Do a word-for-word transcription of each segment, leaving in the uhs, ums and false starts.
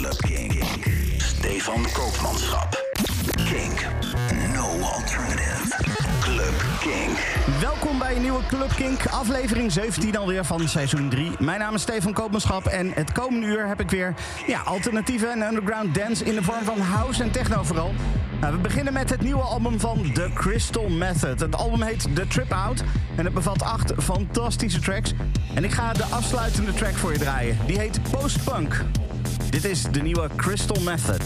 Club Kink. Stefan Koopmanschap. Kink. No alternative. Club Kink. Welkom bij een nieuwe Club Kink, aflevering zeventien alweer van seizoen drie. Mijn naam is Stefan Koopmanschap en het komende uur heb ik weer ja, alternatieve en underground dance in de vorm van house en techno vooral. Nou, we beginnen met het nieuwe album van The Crystal Method. Het album heet The Trip Out en het bevat acht fantastische tracks. En ik ga de afsluitende track voor je draaien. Die heet Post-Punk. Dit is de nieuwe Crystal Method.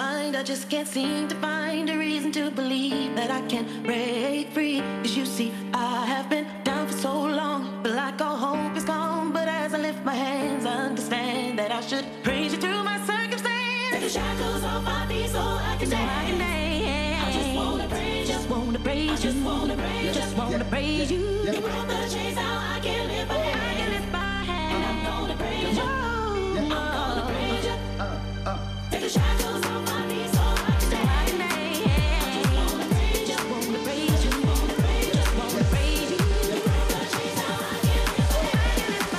mind, I just can't seem to find a reason to believe that I can break free. Cause you see, I have been down for so long, but like all hope is gone. But as I lift my hands, I understand that I should praise you through my circumstance. Take the shackles off my feet so I can dance. I just wanna praise you, just wanna praise you, just wanna praise you, just wanna praise you. You broke the chains, now I can lift my hands. I can lift my hands, and I'm gonna praise you. I'm gonna praise you. Take the shackles off my feet so I can dance. I just wanna praise you, just wanna praise you, wanna praise you, just wanna praise you. You broke the chains, now I can lift my hands.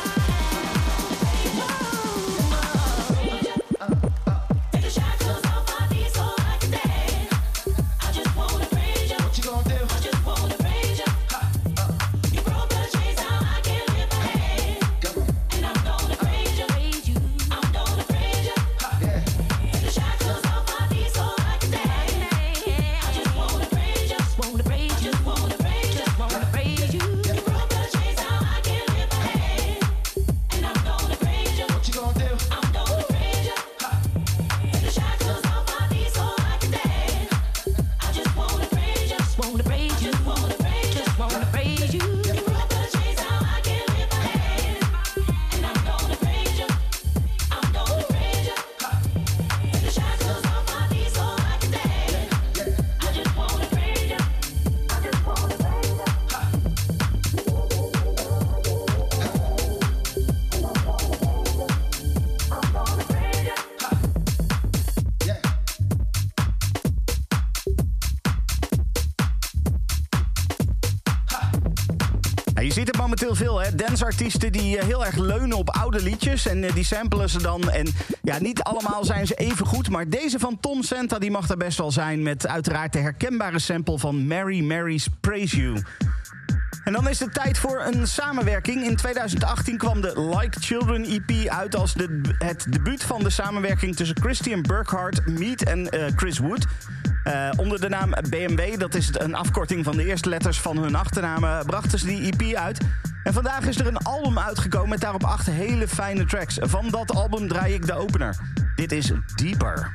Take the shackles off my feet so I can dance. I just wanna praise you. What you gonna do? I just wanna praise you. You broke the chains, now I can lift my hands. And I'm gonna praise you, praise you. I'm gonna praise you. Take the shackles off my feet so I can dance. I just wanna praise you, just wanna praise you, just wanna praise you, just wanna praise you. You broke the chains, now I can lift my hands. And I'm gonna praise you. What you gonna do? I'm gonna praise you. Take the shackles off my feet so I can dance. I just wanna praise you, just wanna praise you, just wanna praise you, just wanna praise you. You broke the chains, now I can lift my hands. And I'm gonna praise you. I'm gonna praise you. Take the shackles off my feet so I can dance. I just wanna praise you. I just wanna praise you. I'm gonna praise you. Ja, je ziet het momenteel veel, hè? Danceartiesten die eh, heel erg leunen op oude liedjes en eh, die samplen ze dan. En ja, niet allemaal zijn ze even goed, maar deze van Tom Senta die mag er best wel zijn met uiteraard de herkenbare sample van Mary Mary's Praise You. En dan is het tijd voor een samenwerking. In tweeduizend achttien kwam de Like Children E P uit als de, het debuut van de samenwerking tussen Christian Burkhardt, Meat en eh, Chris Wood. Uh, onder de naam B M W, dat is een afkorting van de eerste letters van hun achternamen, brachten ze die E P uit. En vandaag is er een album uitgekomen met daarop acht hele fijne tracks. Van dat album draai ik de opener. Dit is Deeper.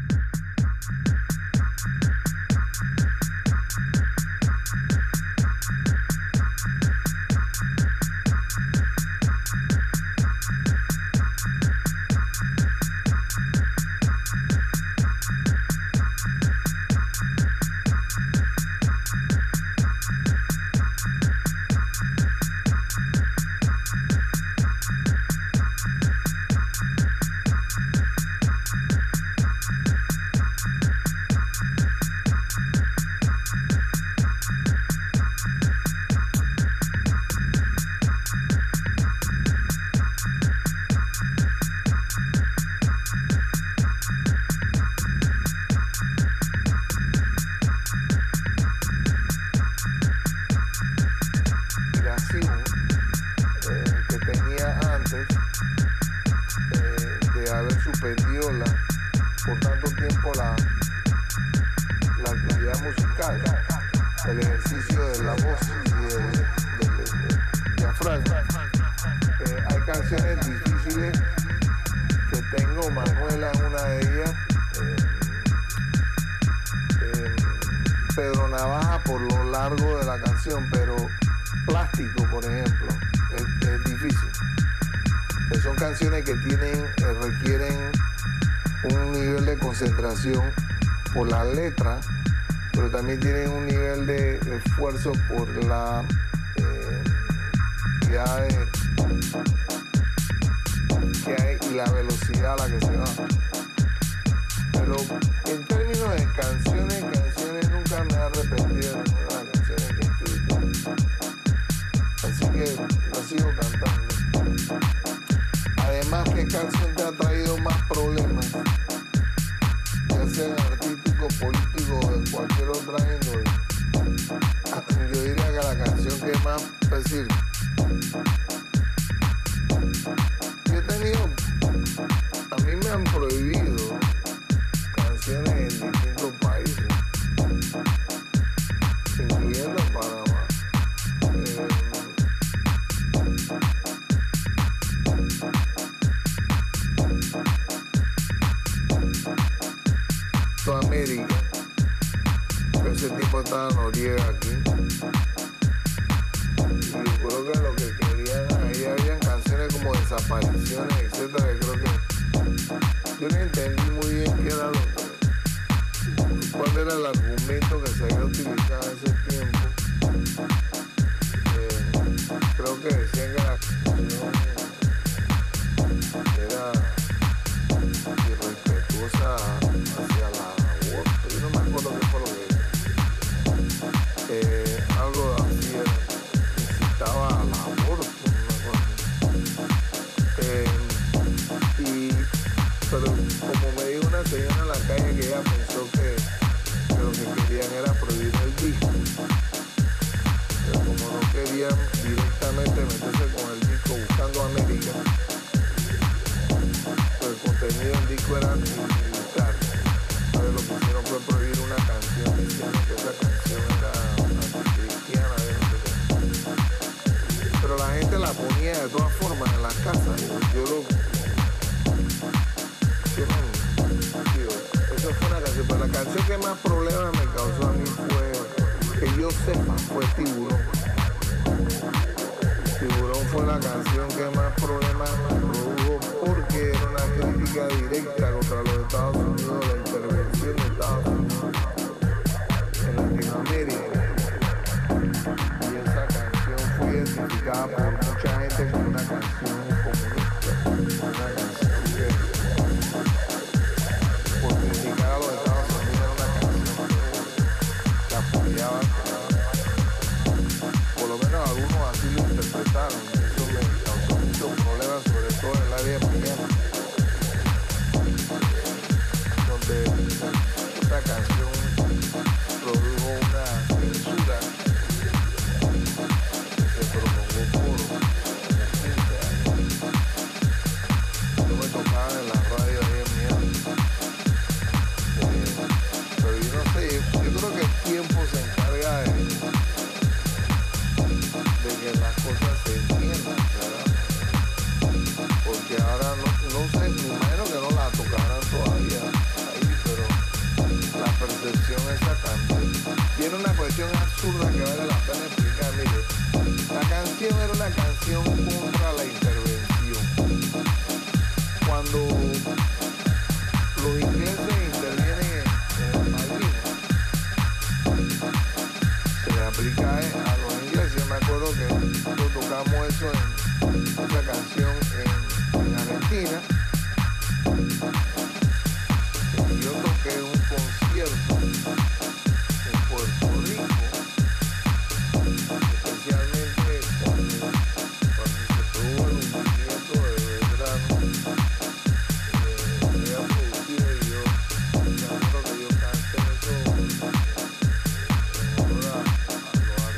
Por la letra, pero también tienen un nivel de esfuerzo por la eh, ya de, que hay y la velocidad a la que se va. Pero en términos de canciones, canciones nunca me he arrepentido de ninguna de las canciones que he escrito. Así que la sigo cantando. Además, ¿qué canción te ha traído más problemas? Sean artísticos, políticos o de cualquier otra índole. Yo diría que la canción que más, es decir, yo he tenido, a mí me han prohibido canciones en distintos países, incluyendo Panamá. Eh, toda América. Pero ese tipo estaba Noriega aquí. Y yo creo que lo que querían, ahí habían canciones como desapariciones, etcétera. Yo creo que yo no entendí muy bien qué era lo que, cuál era el argumento que se había utilizado en ese tiempo. Eh, creo que decían que la canción era irrespetuosa hacia la aborto. Yo no me acuerdo qué fue lo que eh, algo así era, incitaba al aborto, una cosa así. Eh, y pero como me dijo una señora en la calle que ella pensó que, que lo que querían era prohibir el disco, pero como no querían directamente meterse con el disco buscando América, pues el contenido del disco era militar. Entonces lo que hicieron fue prohibir una canción diciendo que esa canción era anticristiana, de no sé qué. Pero la gente la ponía de todas formas en las casas. Yo, yo lo yo no, tío, eso fue una canción, pero la canción que más problemas me causó a mí fue, que yo sepa, fue Tiburón. Tiburón fue la canción que más problemas me produjo porque era una crítica directa contra los Estados Unidos, la intervención de Estados Unidos en Latinoamérica. Y esa canción fue identificada por mucha gente como una canción comunista, una canción que por criticar a los Estados Unidos era una canción que apoyaba, por lo menos algunos así lo interpretaron. Eso me causó muchos problemas, sobre todo en el área de Miami, donde esta canción produjo una censura que se prolongó por quince años. No me tocaban en la radio ahí en Miami. Eh, pero yo no sé, yo creo que el tiempo se encarga de, de que las cosas se entiendan, ¿verdad? Porque ahora no, no sé, me imagino que no la tocarán todavía ahí, pero la percepción esa cambia. Y era una cuestión absurda que vale la pena explicar. Mire, la canción era una canción contra la intervención. Cuando los ingleses intervienen en el Malvinas, se le aplica a los ingleses. Yo me acuerdo que nosotros tocamos eso en esa canción en, en Argentina. Y yo toqué un concierto en Puerto Rico, especialmente cuando, cuando se produjo el hundimiento de Belgrano. Eh, había producido y yo, me acuerdo que yo canté eso en honor a, a los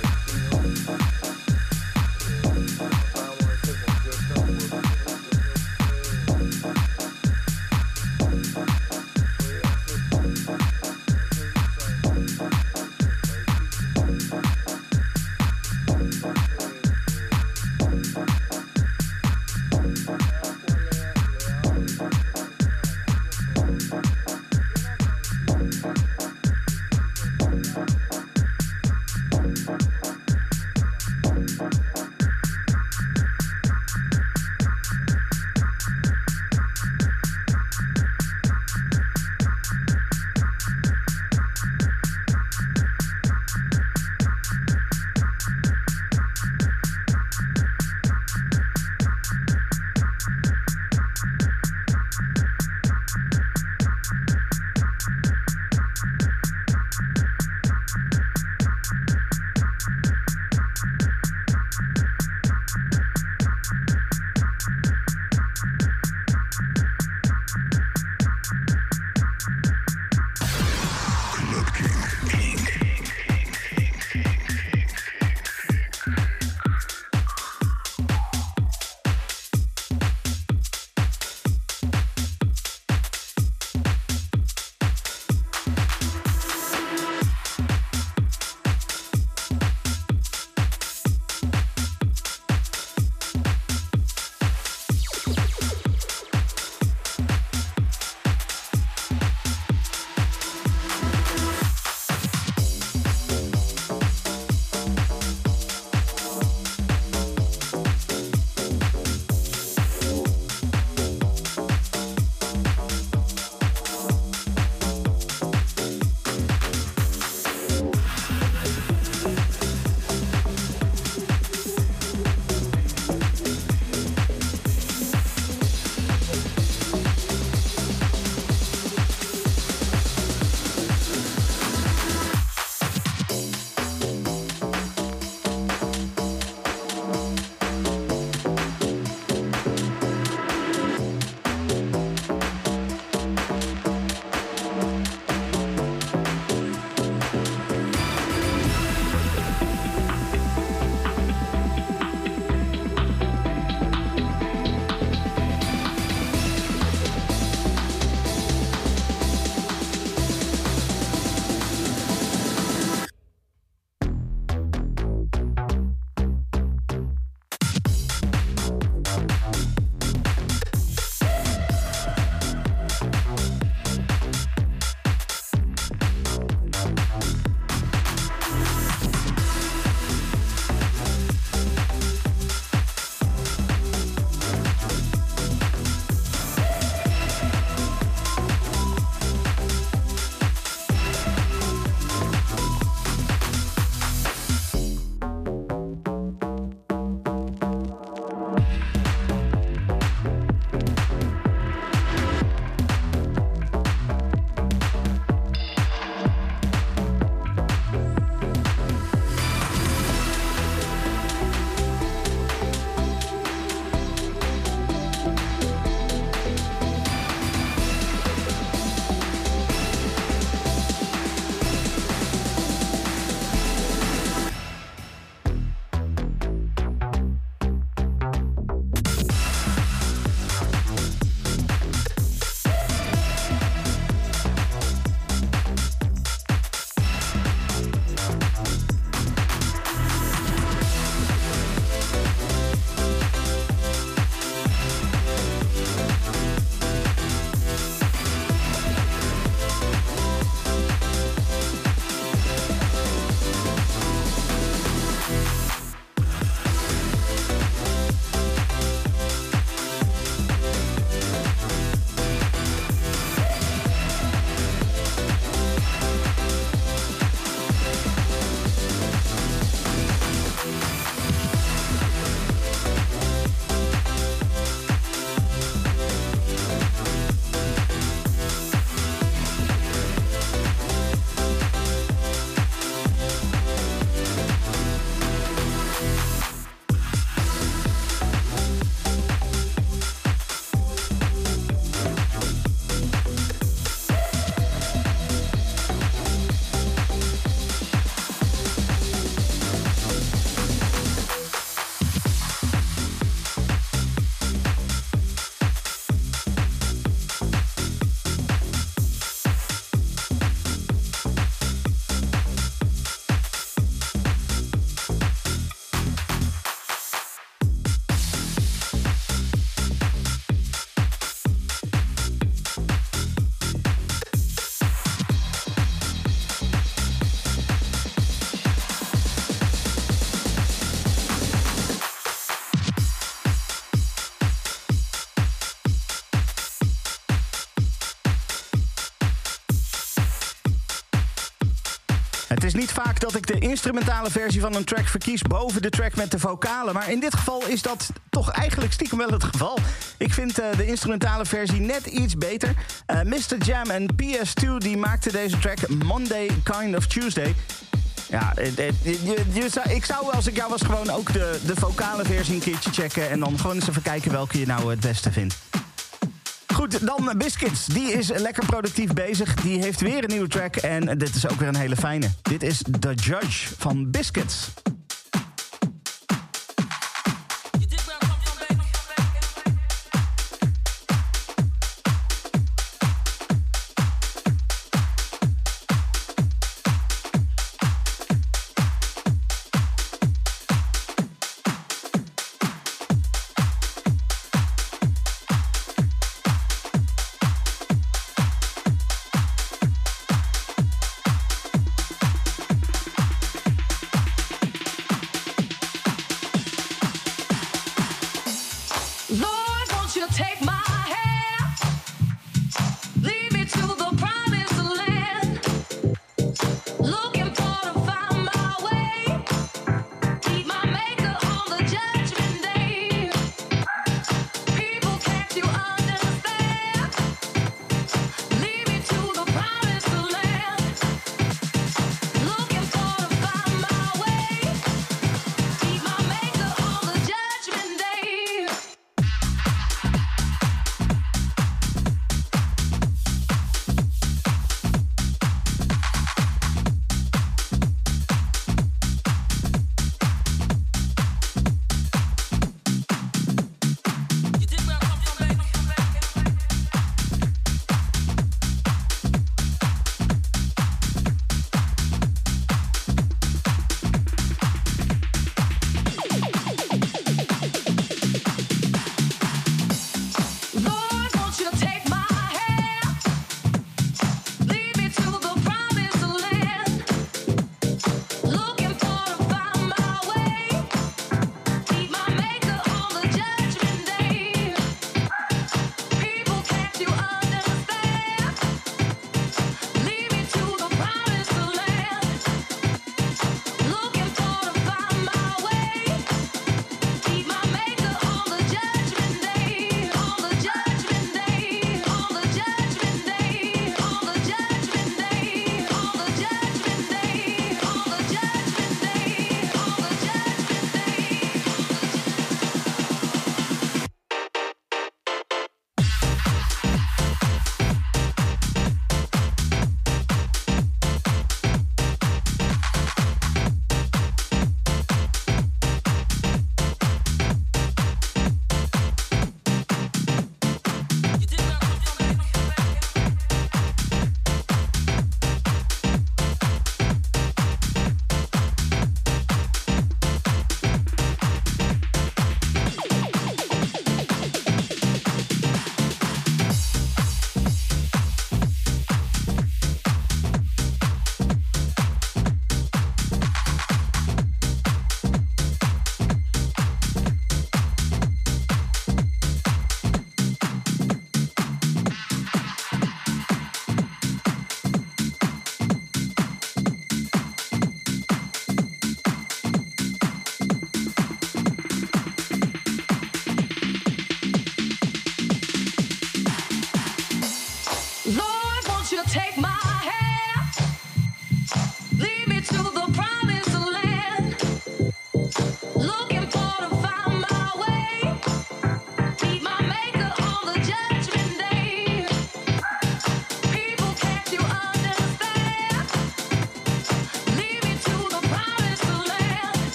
Het is niet vaak dat ik de instrumentale versie van een track verkies boven de track met de vocalen, maar in dit geval is dat toch eigenlijk stiekem wel het geval. Ik vind uh, de instrumentale versie net iets beter. Uh, mister Jam en P S twee die maakten deze track Monday Kind of Tuesday. Ja, je, je, je zou, ik zou als ik jou was gewoon ook de, de vocale versie een keertje checken en dan gewoon eens even kijken welke je nou het beste vindt. Goed, dan Biscuits. Die is lekker productief bezig. Die heeft weer een nieuwe track en dit is ook weer een hele fijne. Dit is The Judge van Biscuits.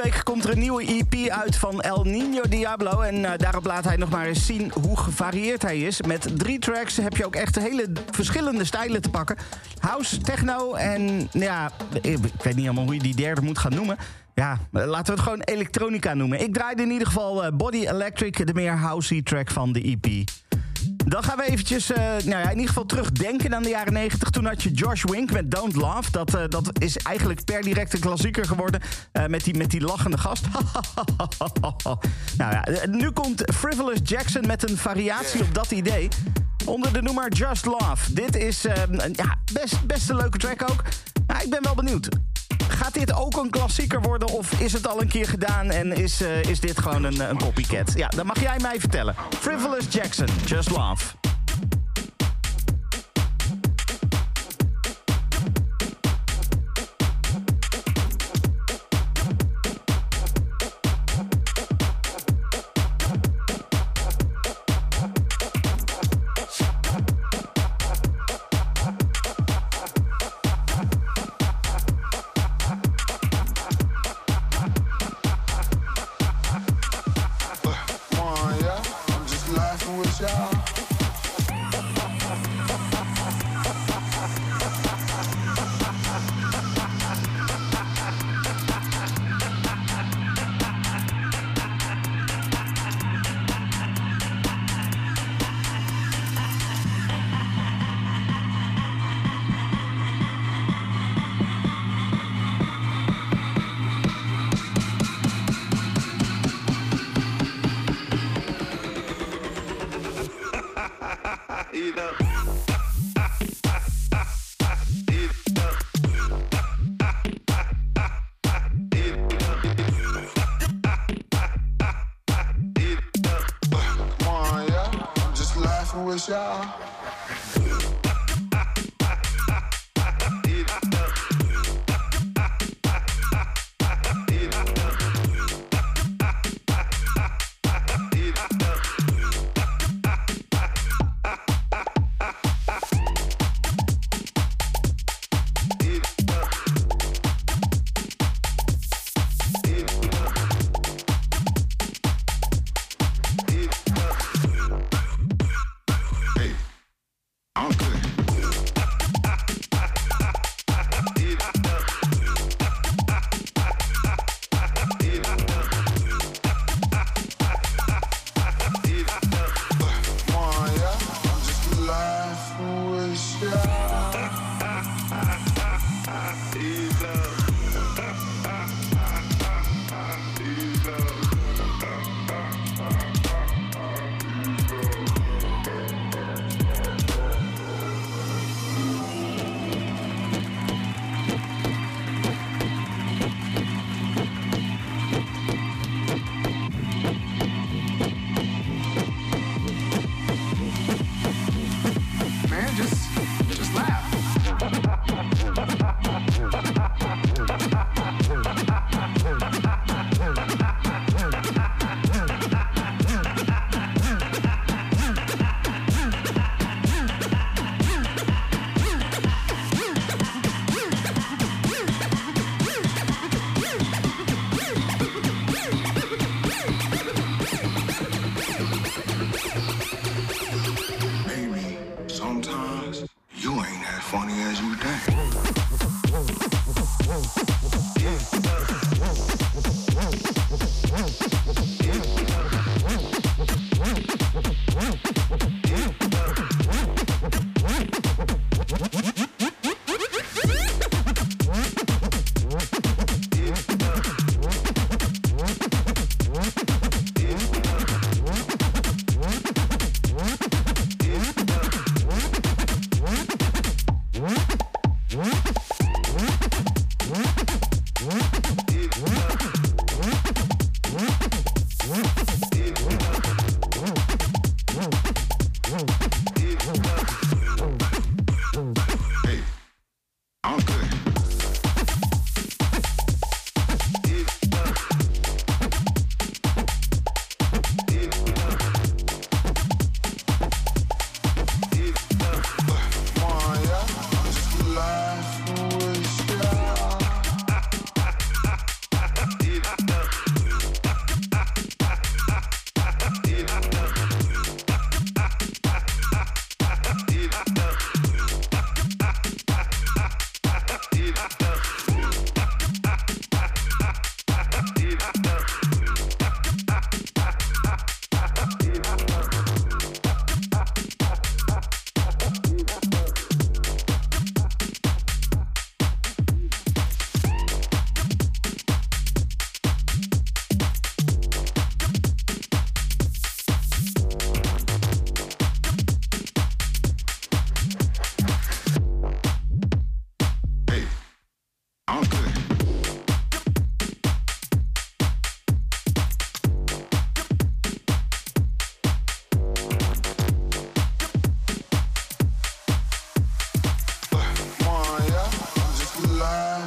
week komt er een nieuwe E P uit van El Niño Diablo. En uh, daarop laat hij nog maar eens zien hoe gevarieerd hij is. Met drie tracks heb je ook echt hele verschillende stijlen te pakken. House, techno en ja, ik weet niet helemaal hoe je die derde moet gaan noemen. Ja, laten we het gewoon elektronica noemen. Ik draaide in ieder geval uh, Body Electric, de meer housey track van de E P. Dan gaan we eventjes, uh, nou ja, in ieder geval terugdenken aan de jaren negentig. Toen had je Josh Wink met Don't Laugh. Dat, uh, dat is eigenlijk per direct een klassieker geworden. Uh, met, die, met die lachende gast. Nou ja, nu komt Frivolous Jackson met een variatie op dat idee. Onder de noemer Just Laugh. Dit is uh, ja, best, best een leuke track ook. Nou, ik ben wel benieuwd. Gaat dit ook een klassieker worden of is het al een keer gedaan en is, uh, is dit gewoon een, een copycat? Ja, dan mag jij mij vertellen. Frivolous Jackson, Just Laugh. Man, just, just laugh.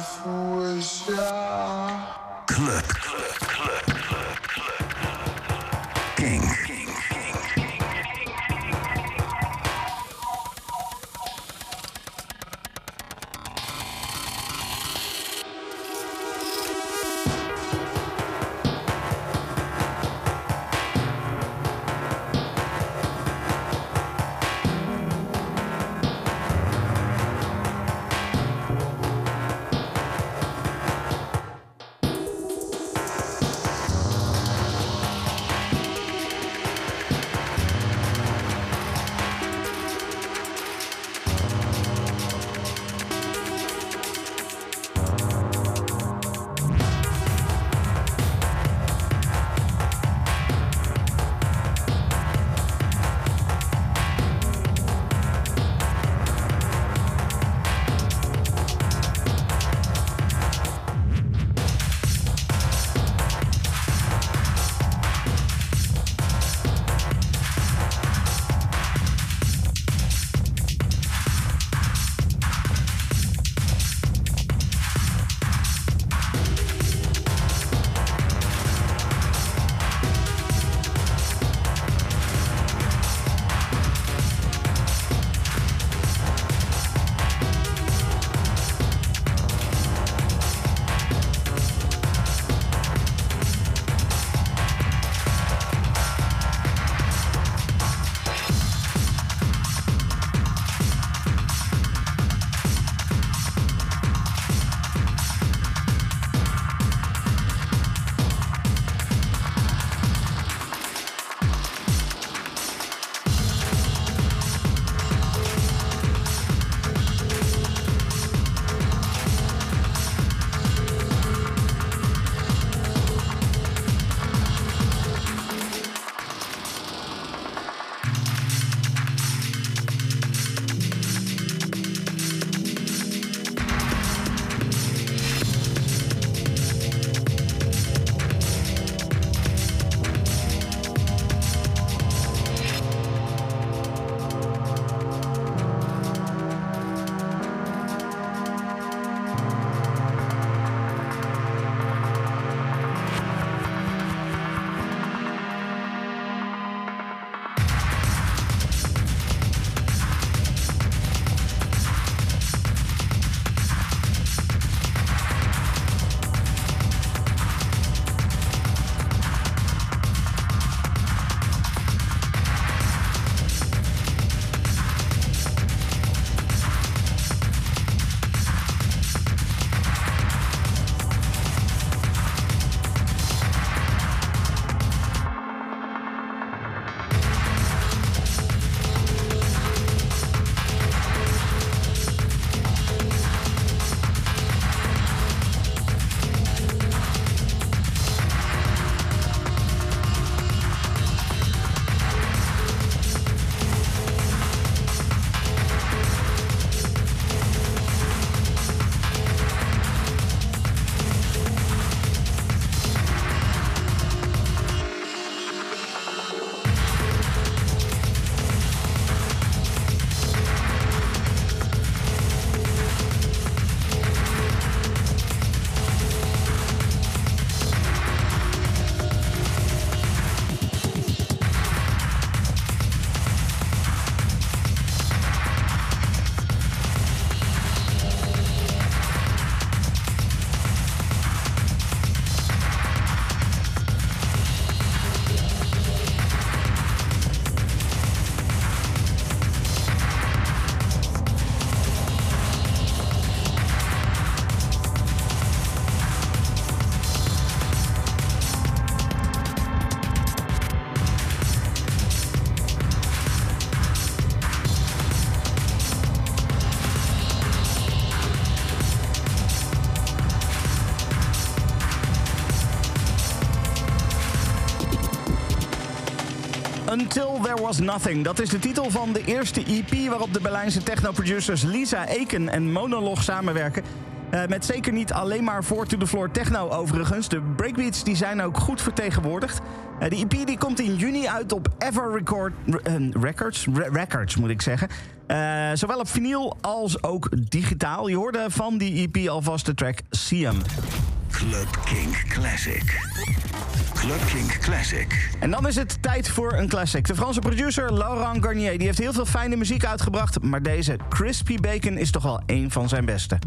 fruition. Club, club, club, club, club. King. King, King, King. Until There Was Nothing. Dat is de titel van de eerste E P waarop de Berlijnse technoproducers Lisa Eken en Monolog samenwerken. Uh, met zeker niet alleen maar four to the floor techno overigens. De breakbeats die zijn ook goed vertegenwoordigd. Uh, de E P die komt in juni uit op Ever Record, uh, Records, Re- Records moet ik zeggen. Uh, zowel op vinyl als ook digitaal. Je hoorde van die E P alvast de track See 'em. Club Kink Classic. Club Kink Classic. En dan is het tijd voor een classic. De Franse producer Laurent Garnier die heeft heel veel fijne muziek uitgebracht, maar deze Crispy Bacon is toch wel een van zijn beste.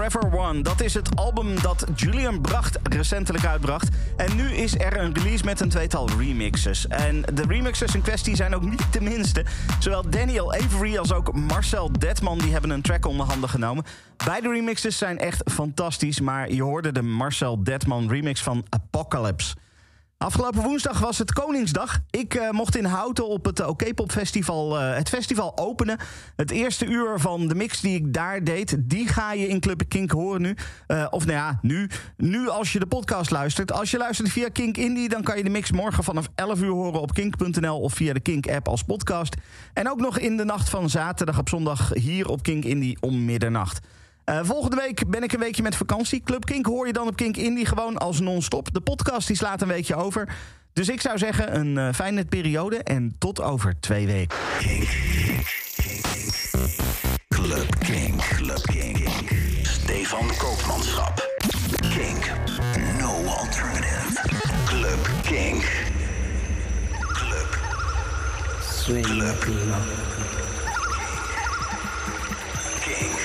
Forever One. Dat is het album dat Julian Bracht recentelijk uitbracht. En nu is er een release met een tweetal remixes. En de remixes in kwestie zijn ook niet de minste. Zowel Daniel Avery als ook Marcel Detman die hebben een track onder handen genomen. Beide remixes zijn echt fantastisch, maar je hoorde de Marcel Detman remix van Apocalypse. Afgelopen woensdag was het Koningsdag. Ik uh, mocht in Houten op het OK-pop Festival uh, het festival openen. Het eerste uur van de mix die ik daar deed, die ga je in Club Kink horen nu. Uh, of nou ja, nu. Nu als je de podcast luistert. Als je luistert via Kink Indie, dan kan je de mix morgen vanaf elf uur horen op kink punt n l of via de Kink-app als podcast. En ook nog in de nacht van zaterdag op zondag hier op Kink Indie om middernacht. Uh, volgende week ben ik een weekje met vakantie. Club Kink hoor je dan op Kink Indie gewoon als non-stop. De podcast die slaat een weekje over. Dus ik zou zeggen, een uh, fijne periode en tot over twee weken. Kink, Kink, Kink, Kink. Club Kink, Club Kink. Stefan Koopmanschap. Kink, no alternative. Club Kink. Club. Swing Club. Club. Kink.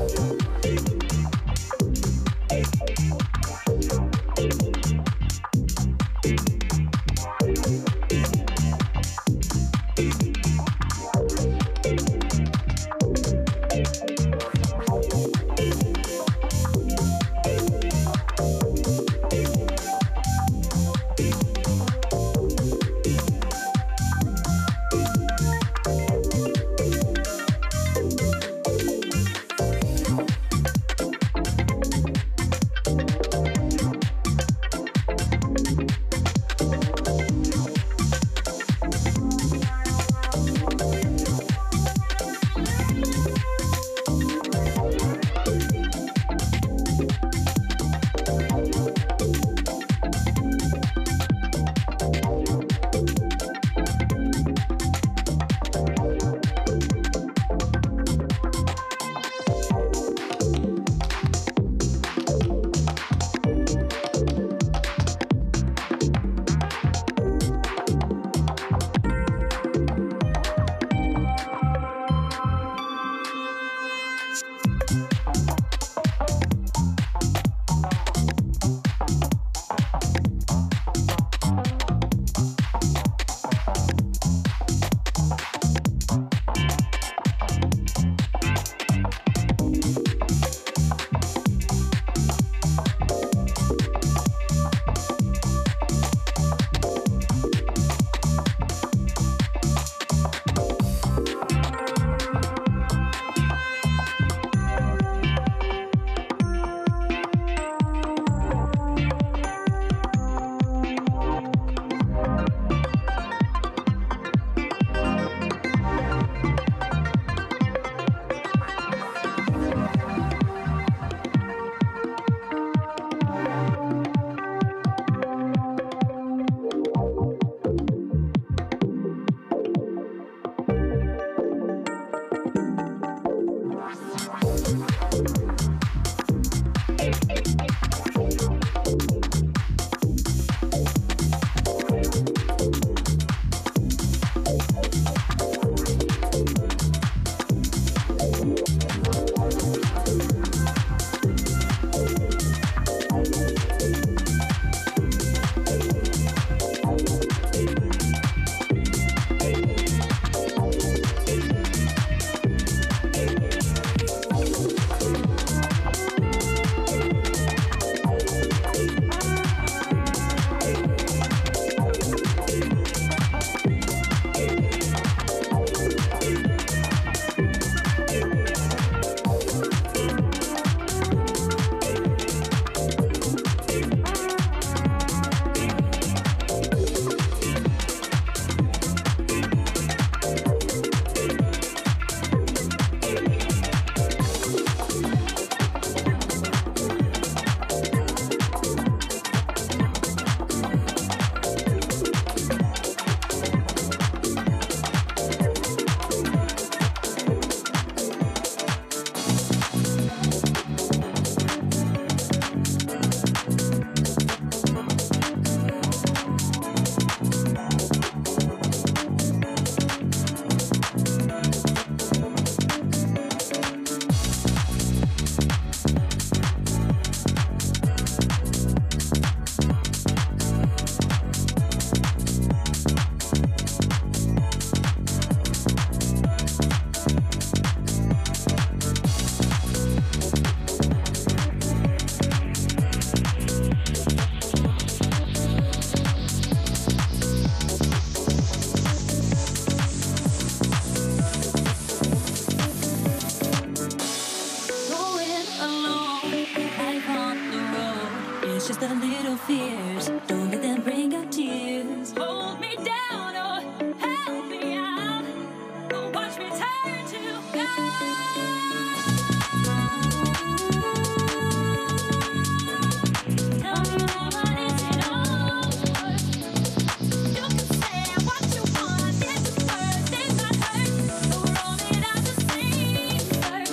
just the little fears. Don't let them bring out tears. Hold me down or help me out. Or watch me turn to God. Tell me now, what is it all for? You can say what you want. This is words, they might hurt. But we're all made out the same dirt.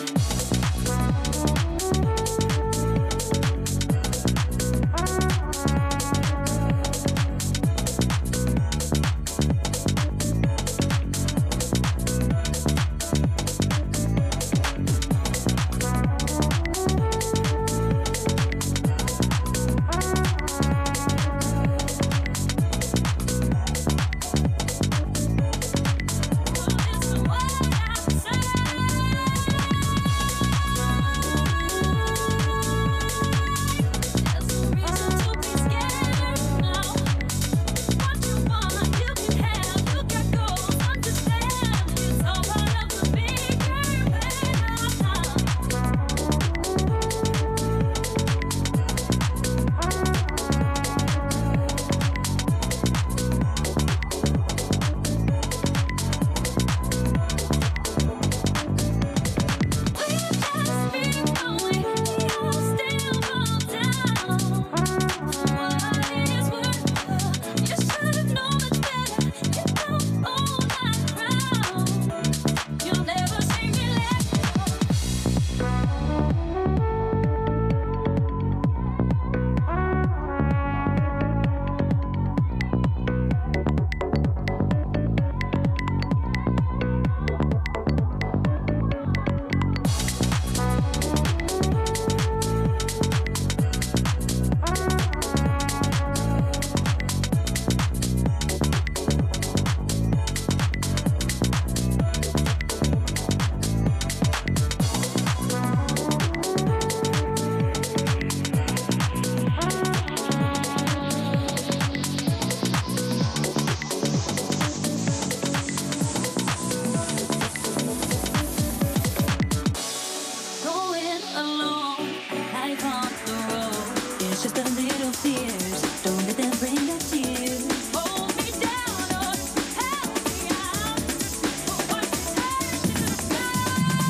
alone. Life on the road. It's just a little fears. Don't let them bring the tears. Hold me down or help me out. What's the time to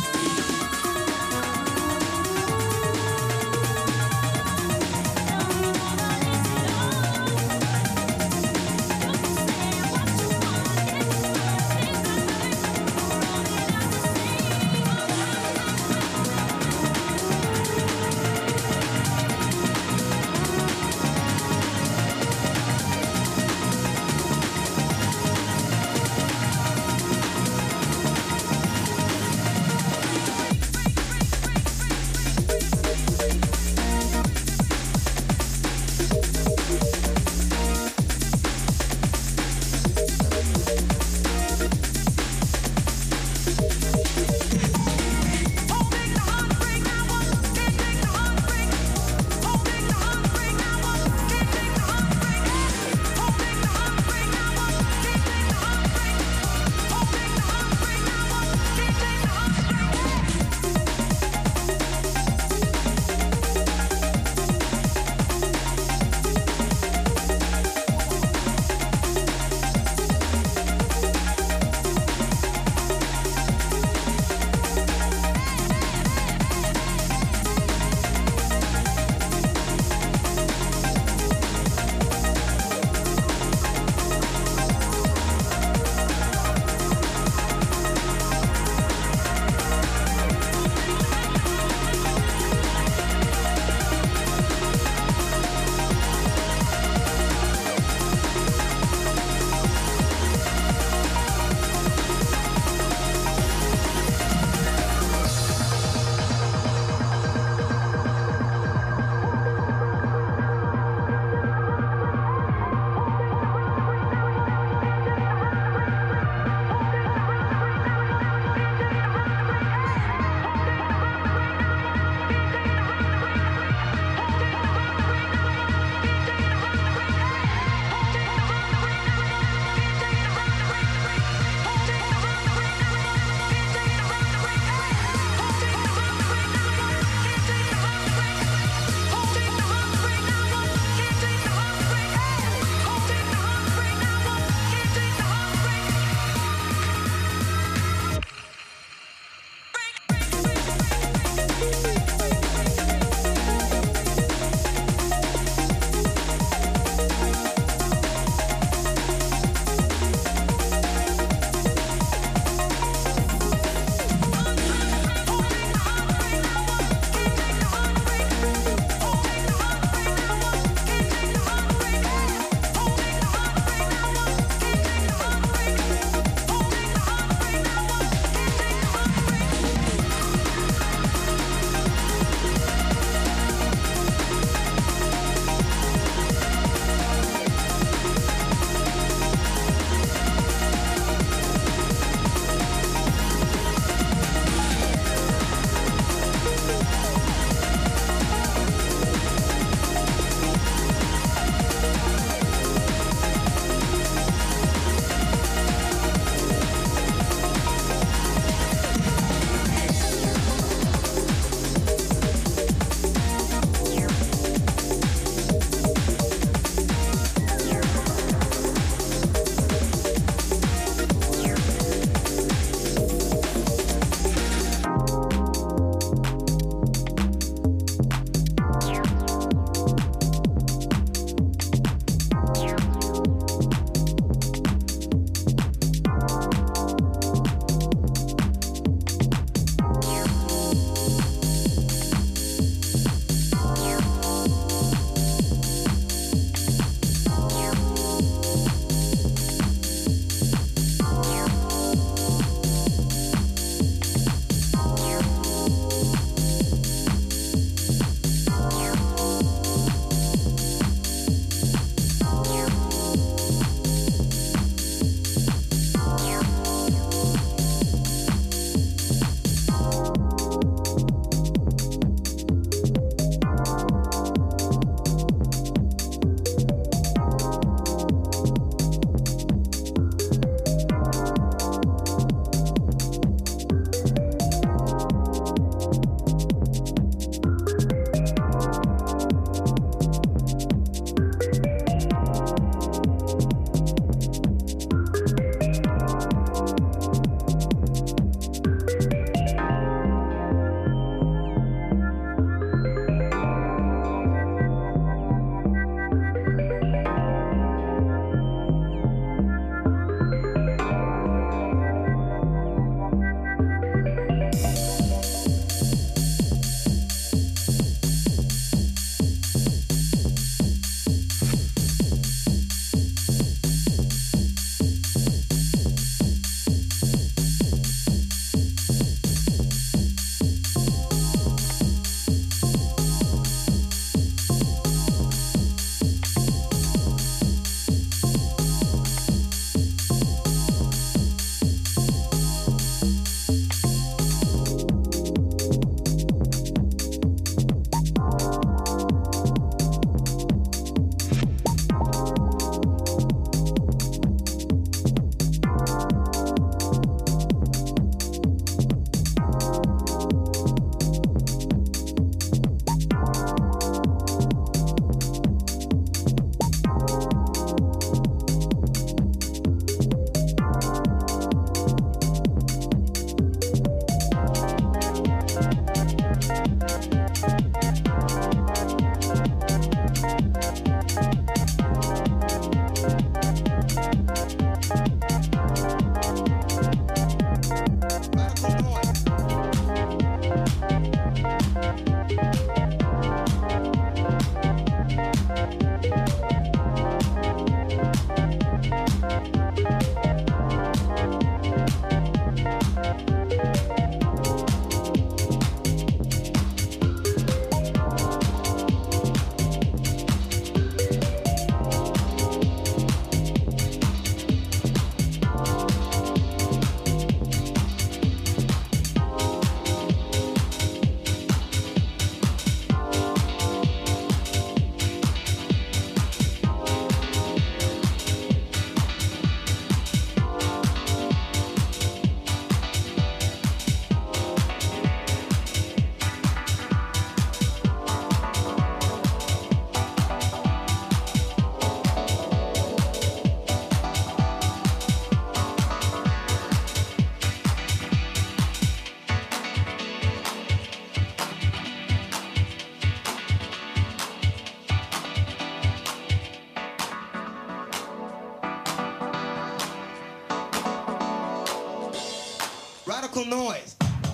Radical noise.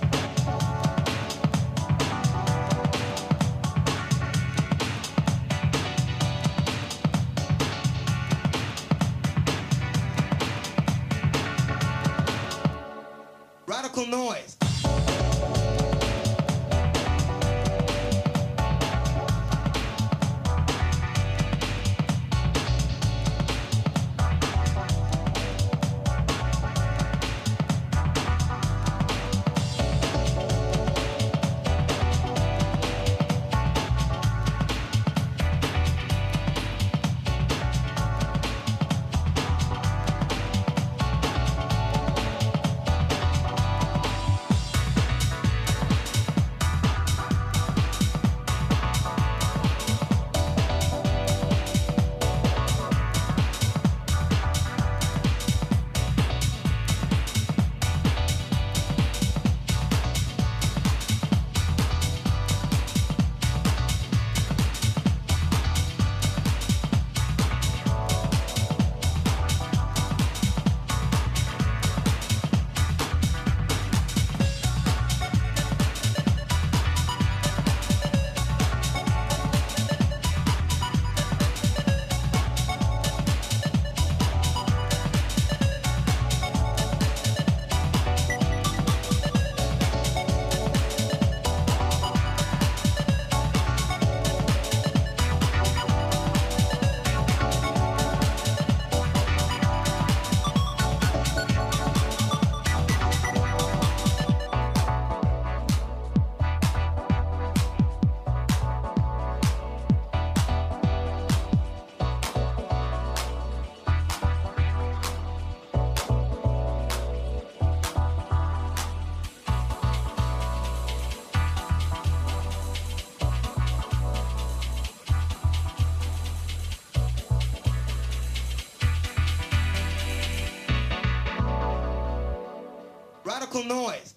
Radical noise. Radical noise.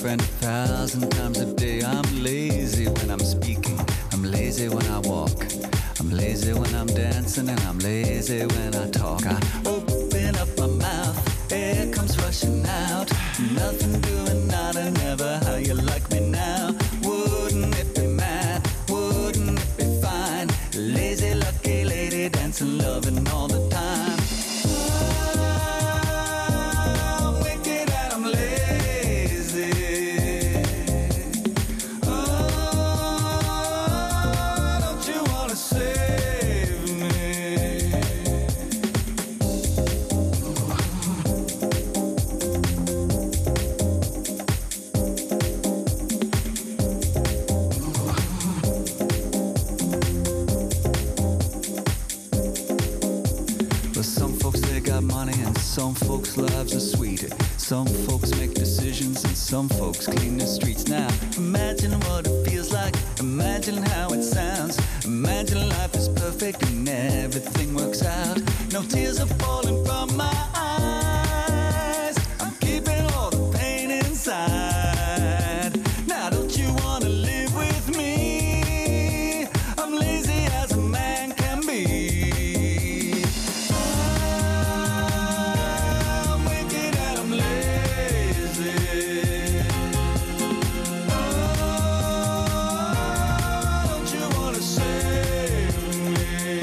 girlfriend a thousand times a day. I'm lazy when I'm speaking, I'm lazy when I walk, I'm lazy when I'm dancing, and I'm lazy when I talk. I open up my mouth, air comes rushing out. Nothing doing, nada, never. How you like me now? Wouldn't it be mad? Wouldn't it be fine? Lazy, lucky lady, dancing, loving all the time. I'm wicked and I'm lazy. Oh, don't you wanna save me? But some folks, they got money, and some folks' lives are sweeter. Some folks make decisions, and some folks clean the streets. Now, imagine what it feels like. Imagine how it sounds. Imagine life is perfect and everything works out. No tears are falling from my eyes. I'm keeping all the pain inside. Now, don't you wanna live with me? I'm lazy as a man can be. I'm wicked and I'm lazy. Oh, don't you wanna save me?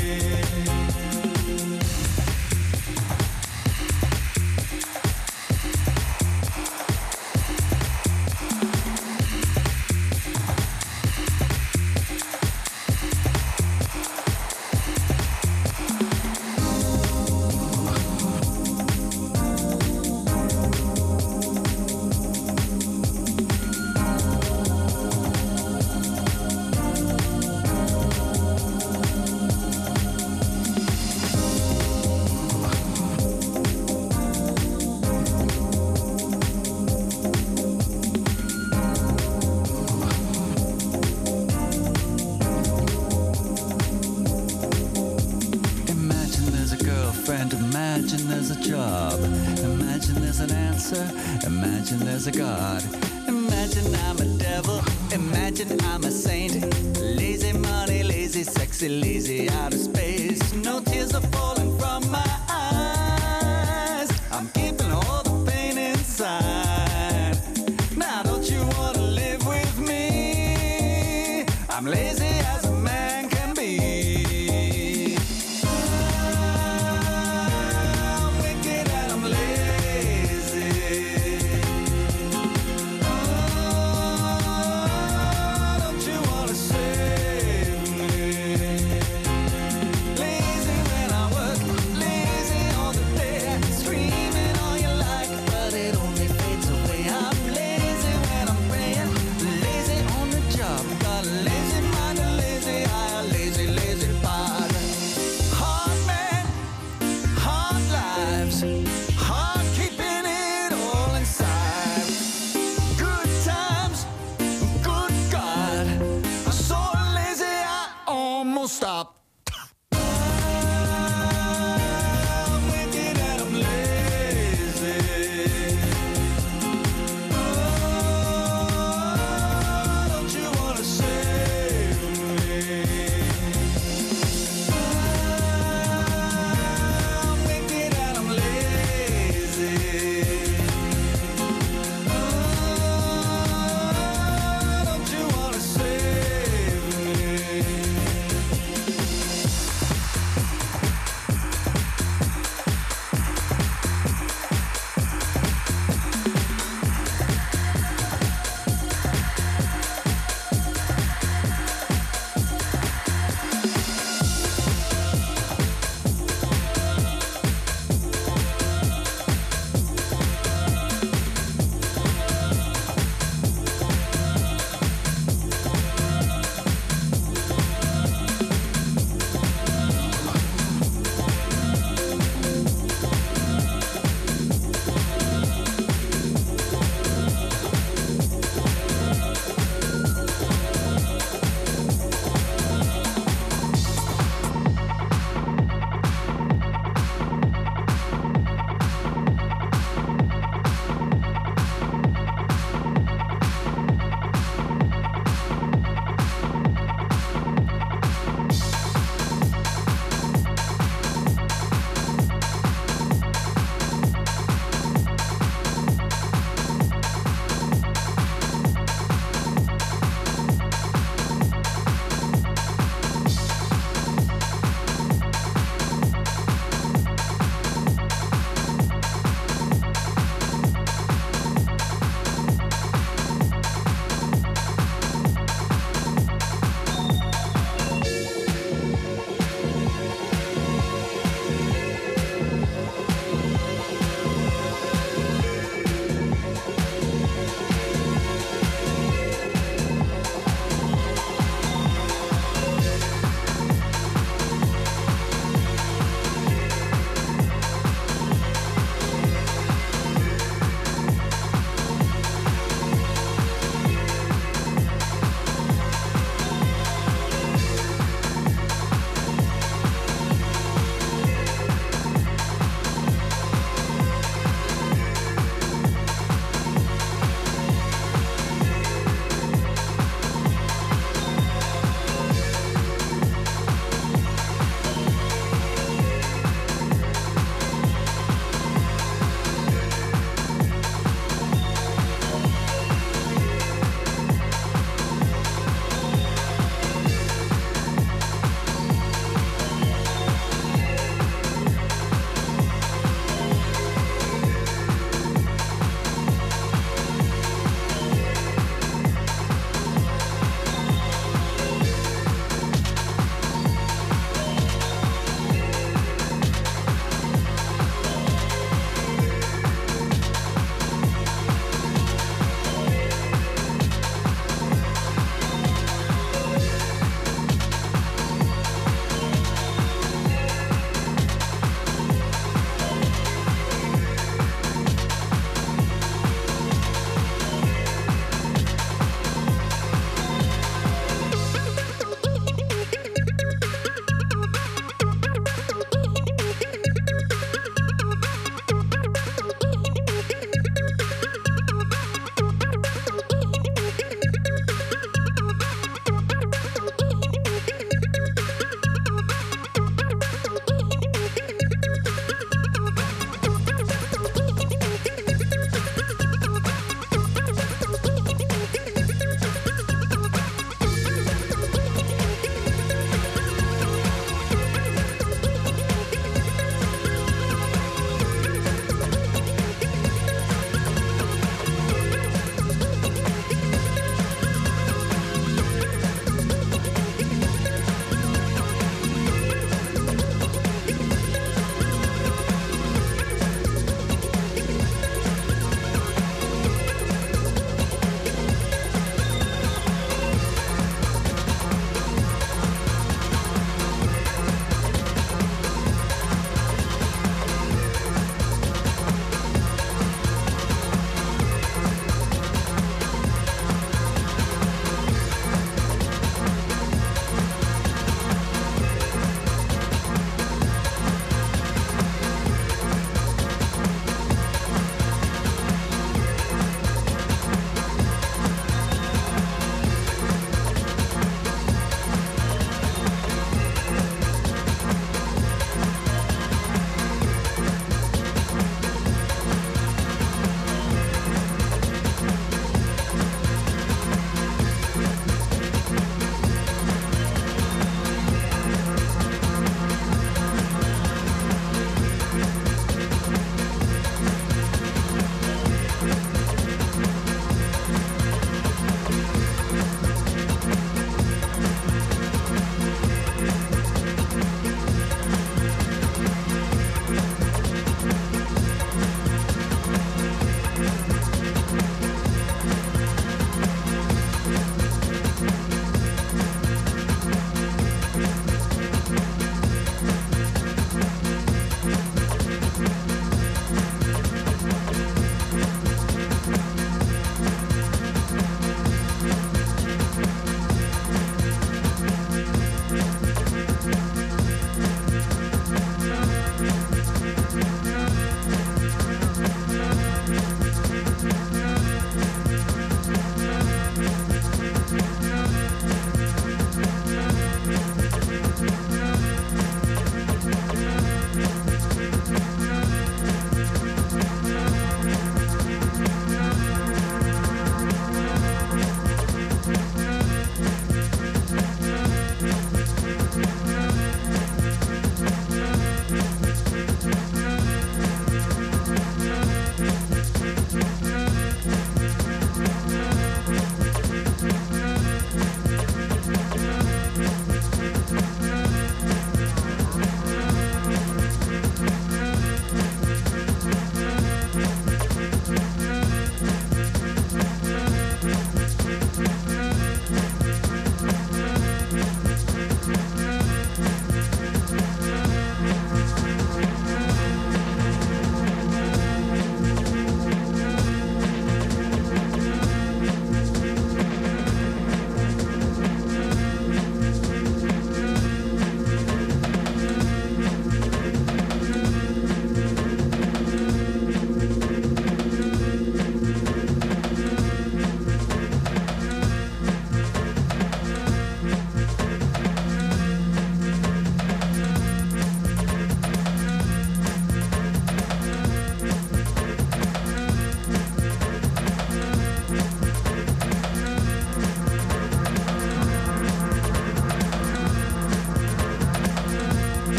Imagine there's a girlfriend, imagine there's a job, imagine there's an answer, imagine there's a God. Imagine I'm a devil, imagine I'm a saint. Lazy money, lazy sexy, lazy out of space. No tears are falling from my eyes. I'm keeping all the pain inside. Now don't you wanna live with me? I'm lazy as a man can be. I'm wicked and I'm lazy. Oh, don't you wanna save me? Lazy when I work, lazy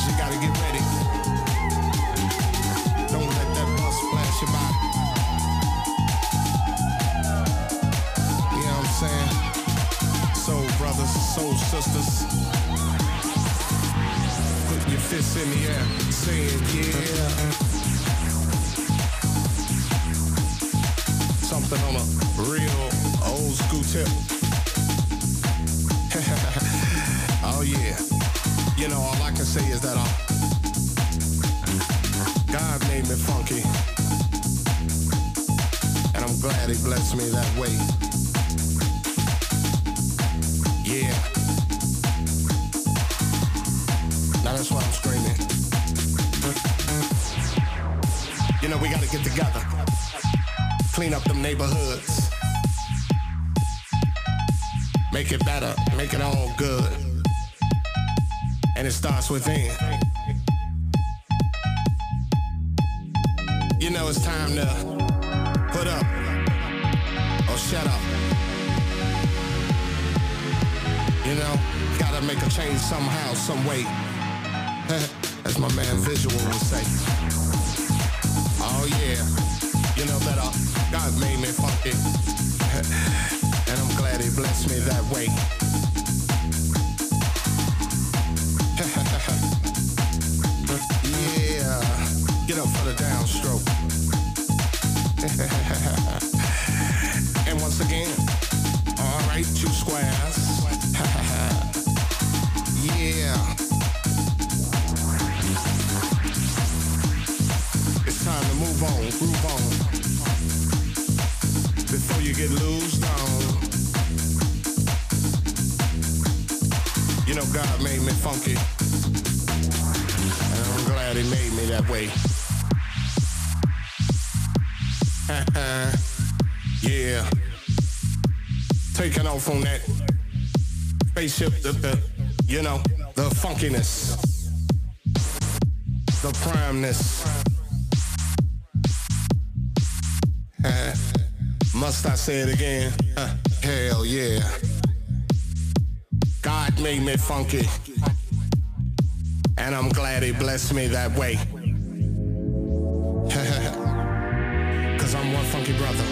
you gotta get ready. Don't let that bus splash your body. You know what I'm saying? Soul brothers, soul sisters. Put your fists in the air, saying yeah. Something on a real old school tip. Oh yeah. You know, all I can say is that uh, God made me funky. And I'm glad he blessed me that way. Yeah. Now that's why I'm screaming. You know, we gotta get together. Clean up them neighborhoods. Make it better, make it all good. And it starts within. You know it's time to put up or shut up. You know, gotta make a change somehow, some way. As my man Visual would say. Oh yeah, you know that uh, God made me funky. And I'm glad he blessed me that way. Yeah, get up for the downstroke. And once again, all right, two squares. Yeah. It's time to move on, groove on. Before you get loosed on. You know God made me funky. And I'm glad he made me that way. Yeah. Taking off on that spaceship, the, the, you know, the funkiness. The primeness. Uh, must I say it again? Uh, hell yeah. God made me funky. And I'm glad he blessed me that way. Cause I'm one funky brother.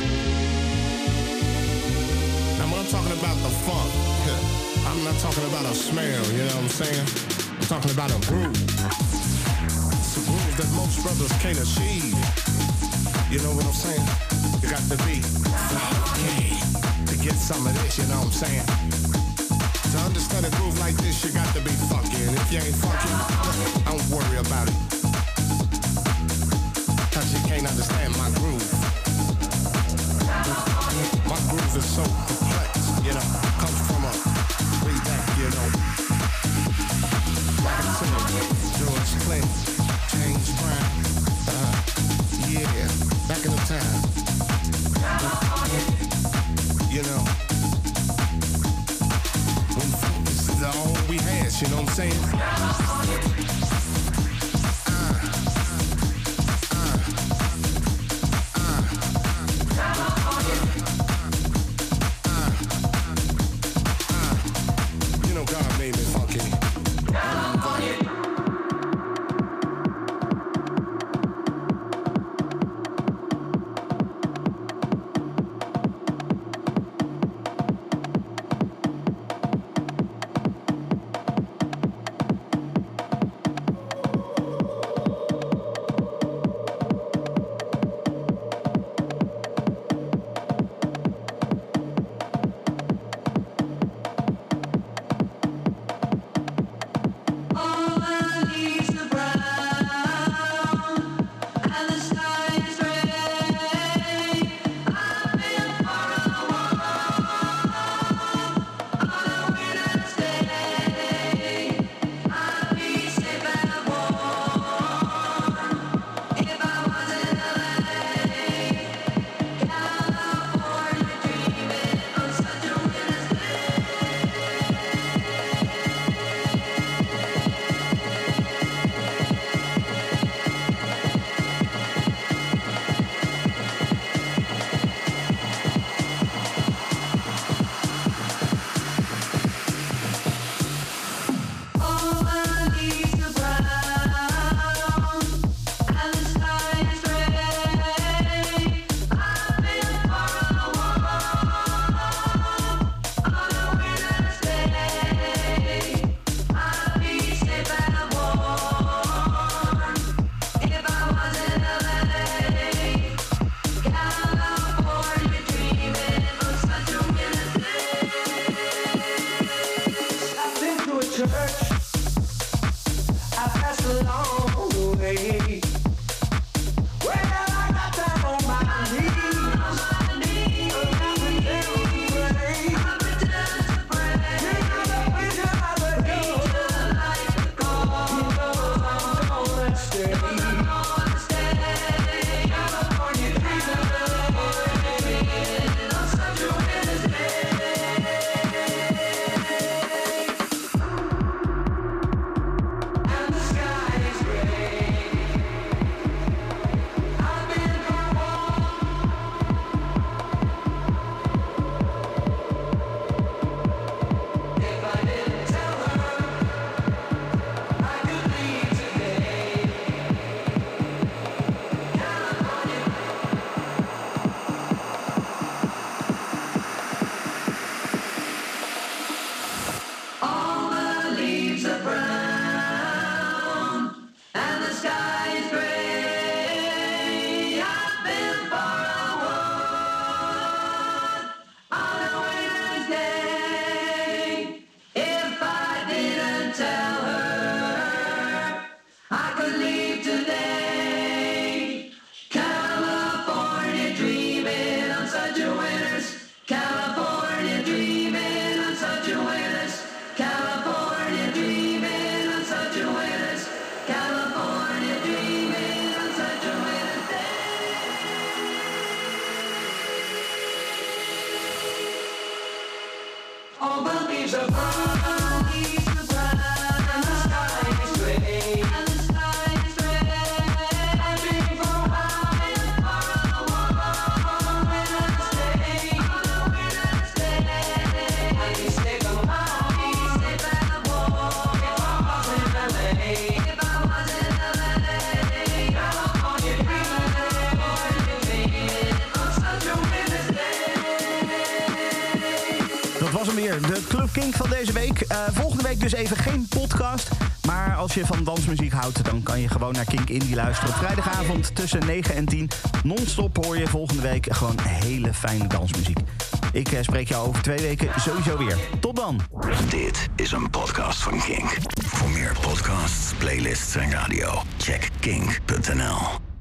Now when I'm talking about the funk, I'm not talking about a smell, you know what I'm saying? I'm talking about a groove. It's a groove that most brothers can't achieve. You know what I'm saying? You got to be funky to get some of this, you know what I'm saying? To understand a groove like this, you got to be funky. And if you ain't funky, don't worry about it. Cause you can't understand my groove. My groove is so complex, you know. Comes from a way back, you know. Like I said, George Clinton, James Brown. Uh, yeah, back in the time. You know. When this is all we had, you know what I'm saying? along the way. Well, I got down on my knees. On my knees. I pretend to pray. I pretend to pray. You know the vision of the vision like the call. You know I'm gonna stay. I'm gonna stay. California dreaming on such a winter's day. And the sky is gray. I've been for a walk. If I didn't tell her, I could leave today. California. All the leaves are brown and the sky is gray. I've been for a walk on a winter's day. If I didn't tell her, I could leave today. California dreaming on such a winter's. California dreaming on such a winter's. California dreaming on such a winter's. California dreaming on such a winter's day. All the leaves are brown, leaves are brown, and the sky is gray, and the sky is gray. I've been for a while, for a walk on a winter's day, on a winter's day. I'd be sick of my home, safe and warm if I was in L A. If I was in L A, California dreaming, dreaming on such a winter's day. Dat was hem weer, de Club Kink van deze week. Eh, volgende week dus even geen podcast. Maar als je van dansmuziek houdt, dan kan je gewoon naar Kink Indie luisteren. Op vrijdagavond tussen negen en tien. Non-stop hoor je volgende week gewoon hele fijne dansmuziek. Ik eh, spreek jou over twee weken sowieso weer. Tot dan! Dit is een podcast van Kink. Voor meer podcasts, playlists en radio, check kink punt n l.